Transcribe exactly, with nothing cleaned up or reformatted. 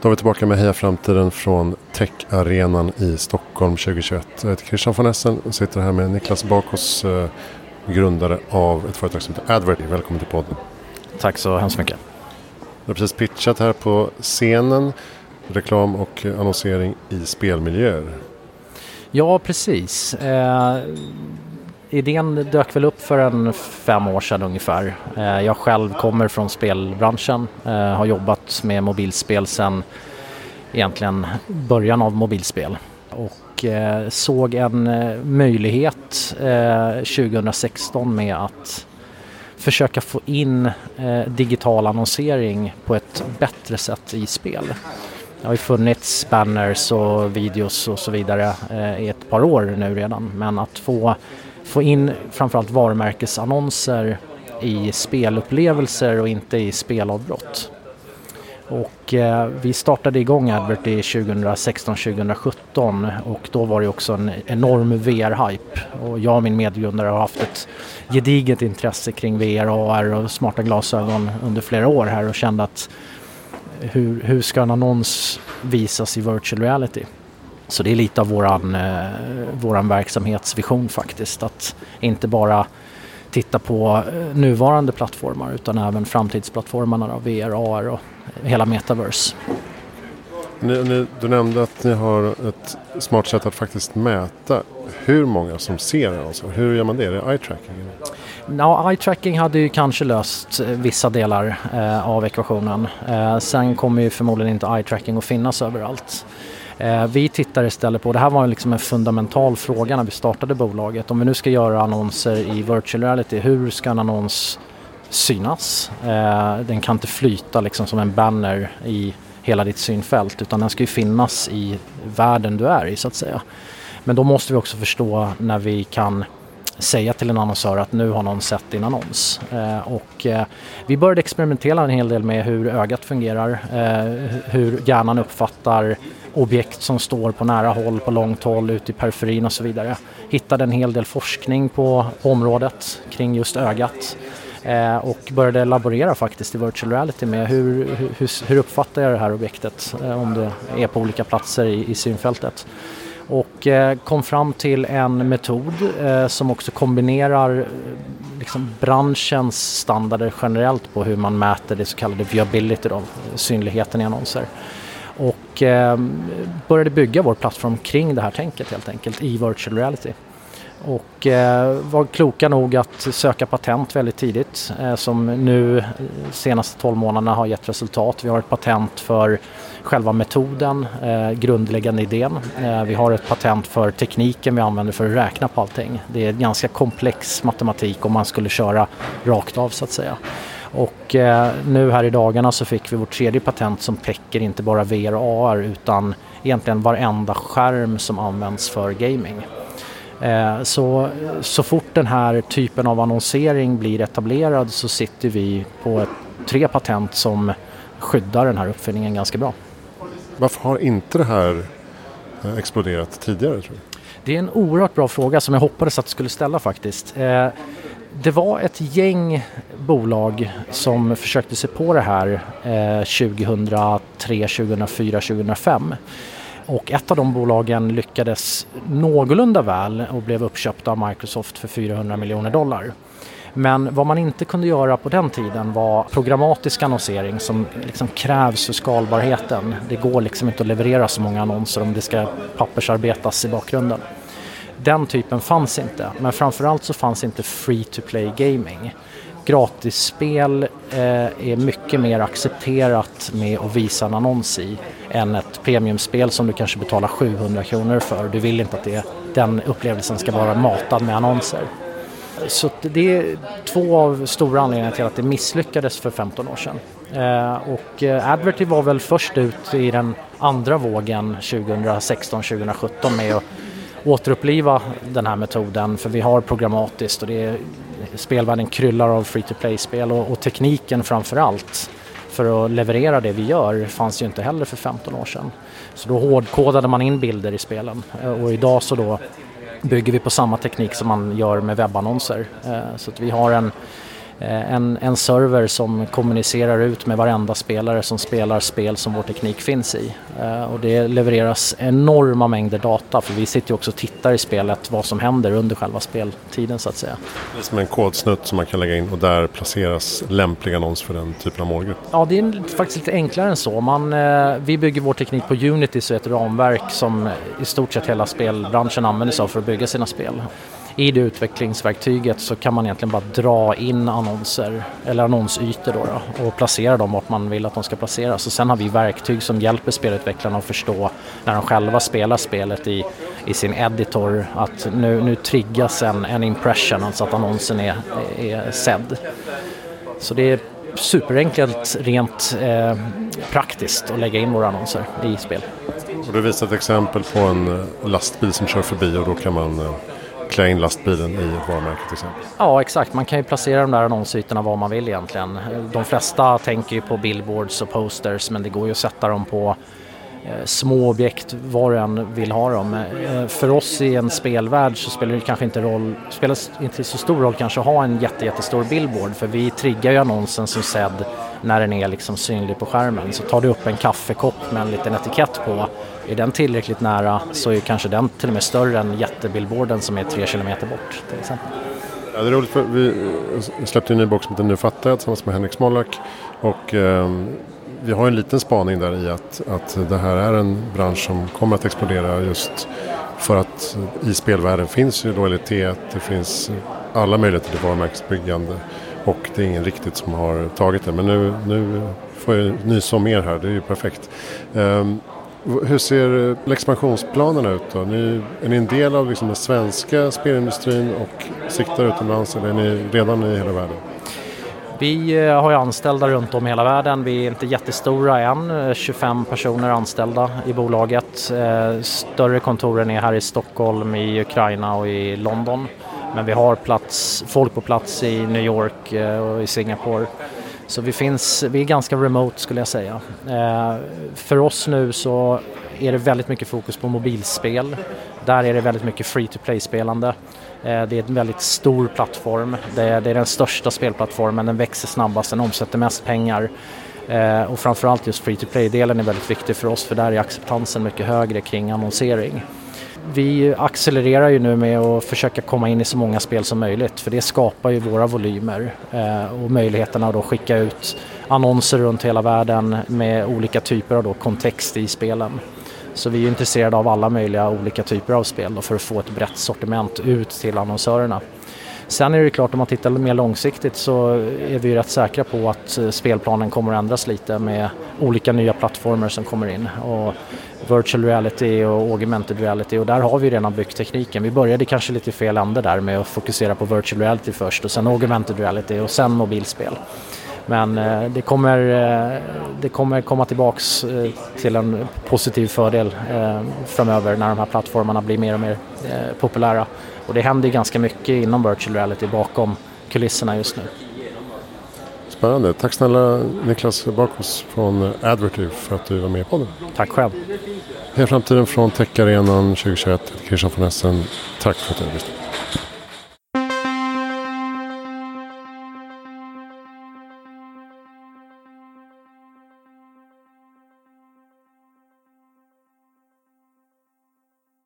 Då är vi tillbaka med Heja Framtiden från Tech-arenan i Stockholm tjugohundratjugoett. Jag heter Christian von Essen och sitter här med Niklas Bakås, grundare av ett företag som heter Advert. Välkommen till podden. Tack så hemskt mycket. Jag har precis pitchat här på scenen reklam och annonsering i spelmiljöer. Ja, precis. Eh, idén dök väl upp för en fem år sedan ungefär. Eh, jag själv kommer från spelbranschen, eh, har jobbat med mobilspel sedan egentligen början av mobilspel. Och eh, såg en eh, möjlighet eh, tjugohundrasexton med att försöka få in eh, digital annonsering på ett bättre sätt i spel. Det har ju funnits banners och videos och så vidare eh, i ett par år nu redan. Men att få, få in framförallt varumärkesannonser i spelupplevelser och inte i spelavbrott. Och eh, vi startade igång Advert i tjugohundrasexton tjugosjutton och då var det också en enorm V R-hype. Och jag och min medgrundare har haft ett gediget intresse kring V R, A R och smarta glasögon under flera år här och kände att hur, hur ska en annons visas i virtual reality? Så det är lite av våran, eh, våran verksamhetsvision faktiskt, att inte bara titta på nuvarande plattformar utan även framtidsplattformarna av V R, A R och hela metaverse. Ni, ni, du nämnde att ni har ett smart sätt att faktiskt mäta hur många som ser annonser. Hur gör man det? Är det eye tracking? Ja, eye tracking hade ju kanske löst vissa delar eh, av ekvationen. Eh, sen kommer ju förmodligen inte eye tracking att finnas överallt. Eh, vi tittar istället på, det här var liksom en fundamental fråga när vi startade bolaget. Om vi nu ska göra annonser i virtual reality, hur ska en annons synas? Eh, den kan inte flyta liksom som en banner i hela ditt synfält, utan den ska ju finnas i världen du är i så att säga. Men då måste vi också förstå när vi kan säga till en annonsör att nu har någon sett din annons. Eh, och eh, vi började experimentera en hel del med hur ögat fungerar, eh, hur hjärnan uppfattar objekt som står på nära håll, på långt håll, ute i periferin och så vidare. Hittade en hel del forskning på, på området kring just ögat. Eh, och började laborera faktiskt i virtual reality med hur, hur, hur uppfattar jag det här objektet eh, om det är på olika platser i, i synfältet. Och eh, kom fram till en metod eh, som också kombinerar eh, liksom branschens standarder generellt på hur man mäter det så kallade viability, då, synligheten i annonser. Och eh, började bygga vår plattform kring det här tänket helt enkelt i virtual reality. Och eh, var kloka nog att söka patent väldigt tidigt eh, som nu senaste tolv månaderna har gett resultat. Vi har ett patent för själva metoden, eh, grundläggande idén. Eh, vi har ett patent för tekniken vi använder för att räkna på allting. Det är en ganska komplex matematik om man skulle köra rakt av så att säga. Och eh, nu här i dagarna så fick vi vårt tredje patent som täcker inte bara V R och A R utan egentligen varenda skärm som används för gaming. Så, så fort den här typen av annonsering blir etablerad så sitter vi på ett, tre patent som skyddar den här uppfinningen ganska bra. Varför har inte det här exploderat tidigare, tror du? Det är en oerhört bra fråga som jag hoppades att du skulle ställa faktiskt. Det var ett gäng bolag som försökte se på det här tjugohundratre, tjugohundrafyra, tjugohundrafem. Och ett av de bolagen lyckades någorlunda väl och blev uppköpt av Microsoft för fyrahundra miljoner dollar. Men vad man inte kunde göra på den tiden var programmatisk annonsering som liksom krävs för skalbarheten. Det går liksom inte att leverera så många annonser om det ska pappersarbetas i bakgrunden. Den typen fanns inte, men framförallt så fanns inte free-to-play gaming. Gratisspel eh, är mycket mer accepterat med att visa en annons i än ett premiumspel som du kanske betalar sjuhundra kronor för. Du vill inte att det, den upplevelsen ska vara matad med annonser. Så det är två av stora anledningar till att det misslyckades för femton år sedan. Eh, och Adverty var väl först ut i den andra vågen tjugohundrasexton tjugosjutton med att återuppliva den här metoden, för vi har programmatiskt och det är, spelvärlden kryllar av free-to-play-spel och, och tekniken framförallt för att leverera det vi gör fanns ju inte heller för femton år sedan. Så då hårdkodade man in bilder i spelen och idag så då bygger vi på samma teknik som man gör med webbannonser. Så att vi har en En, en server som kommunicerar ut med varenda spelare som spelar spel som vår teknik finns i. Och det levereras enorma mängder data, för vi sitter ju också och tittar i spelet vad som händer under själva speltiden så att säga. Det är som en kodsnutt som man kan lägga in och där placeras lämpliga annons för den typen av målgrupp. Ja, det är faktiskt lite enklare än så. Man, vi bygger vår teknik på Unity, så ett ramverk som i stort sett hela spelbranschen använder sig av för att bygga sina spel. I det utvecklingsverktyget så kan man egentligen bara dra in annonser eller annonsytor då då, och placera dem vart man vill att de ska placeras. Och sen har vi verktyg som hjälper spelutvecklarna att förstå när de själva spelar spelet i, i sin editor att nu, nu triggas en, en impression, alltså att annonsen är, är sedd. Så det är superenkelt rent eh, praktiskt att lägga in våra annonser i spel. Och du visar ett exempel på en lastbil som kör förbi och då kan man eh, klä in lastbilen i ett varumärke till exempel. Ja, exakt. Man kan ju placera de där annonsytorna var man vill egentligen. De flesta tänker ju på billboards och posters, men det går ju att sätta dem på eh, små objekt var du än vill ha dem. Eh, för oss i en spelvärld så spelar det kanske inte roll, spelar inte så stor roll kanske att ha en jätte, jättestor billboard, för vi triggar ju annonsen som sedd när den är liksom synlig på skärmen. Så tar du upp en kaffekopp med en liten etikett på, är den tillräckligt nära så är kanske den till och med större än jättebillboarden som är tre kilometer bort till exempel. Ja, det är roligt för vi släppte en ny box som heter Nu fattar jag tillsammans med Henrik Smollak och eh, vi har en liten spaning där i att, att det här är en bransch som kommer att explodera just för att i spelvärlden finns ju lojalitet, det finns alla möjligheter till varumärkesbyggande och det är ingen riktigt som har tagit det. Men nu, nu får jag nysa om mer här, det är ju perfekt. Um, hur ser expansionsplanerna ut då? Ni, är ni en del av liksom den svenska spelindustrin och siktar utomlands eller är ni redan i hela världen? Vi har ju anställda runt om i hela världen. Vi är inte jättestora än, tjugofem personer anställda i bolaget. Större kontoren är här i Stockholm, i Ukraina och i London. Men vi har plats, folk på plats i New York och i Singapore. Så vi, finns, vi är ganska remote skulle jag säga. Eh, för oss nu så är det väldigt mycket fokus på mobilspel. Där är det väldigt mycket free-to-play-spelande. Eh, det är en väldigt stor plattform. Det är, det är den största spelplattformen. Den växer snabbast, den omsätter mest pengar. Eh, och framförallt just free-to-play-delen är väldigt viktig för oss, för där är acceptansen mycket högre kring annonsering. Vi accelererar ju nu med att försöka komma in i så många spel som möjligt, för det skapar ju våra volymer eh, och möjligheterna att då skicka ut annonser runt hela världen med olika typer av då kontext i spelen. Så vi är intresserade av alla möjliga olika typer av spel då, för att få ett brett sortiment ut till annonsörerna. Sen är det klart, om man tittar mer långsiktigt så är vi rätt säkra på att spelplanen kommer att ändras lite med olika nya plattformar som kommer in. Och virtual reality och augmented reality, och där har vi redan byggt tekniken. Vi började kanske lite fel ände där med att fokusera på virtual reality först och sen augmented reality och sen mobilspel. Men eh, det, kommer, eh, det kommer komma tillbaks eh, till en positiv fördel eh, framöver när de här plattformarna blir mer och mer eh, populära. Och det händer ganska mycket inom virtual reality bakom kulisserna just nu. Spännande. Tack snälla Niklas Bakos från Advertive för att du var med på det. Tack själv. Hej framtiden från Tech Arenan tjugohundratjugoett. Christian von Essen. Tack för att du lyssnade.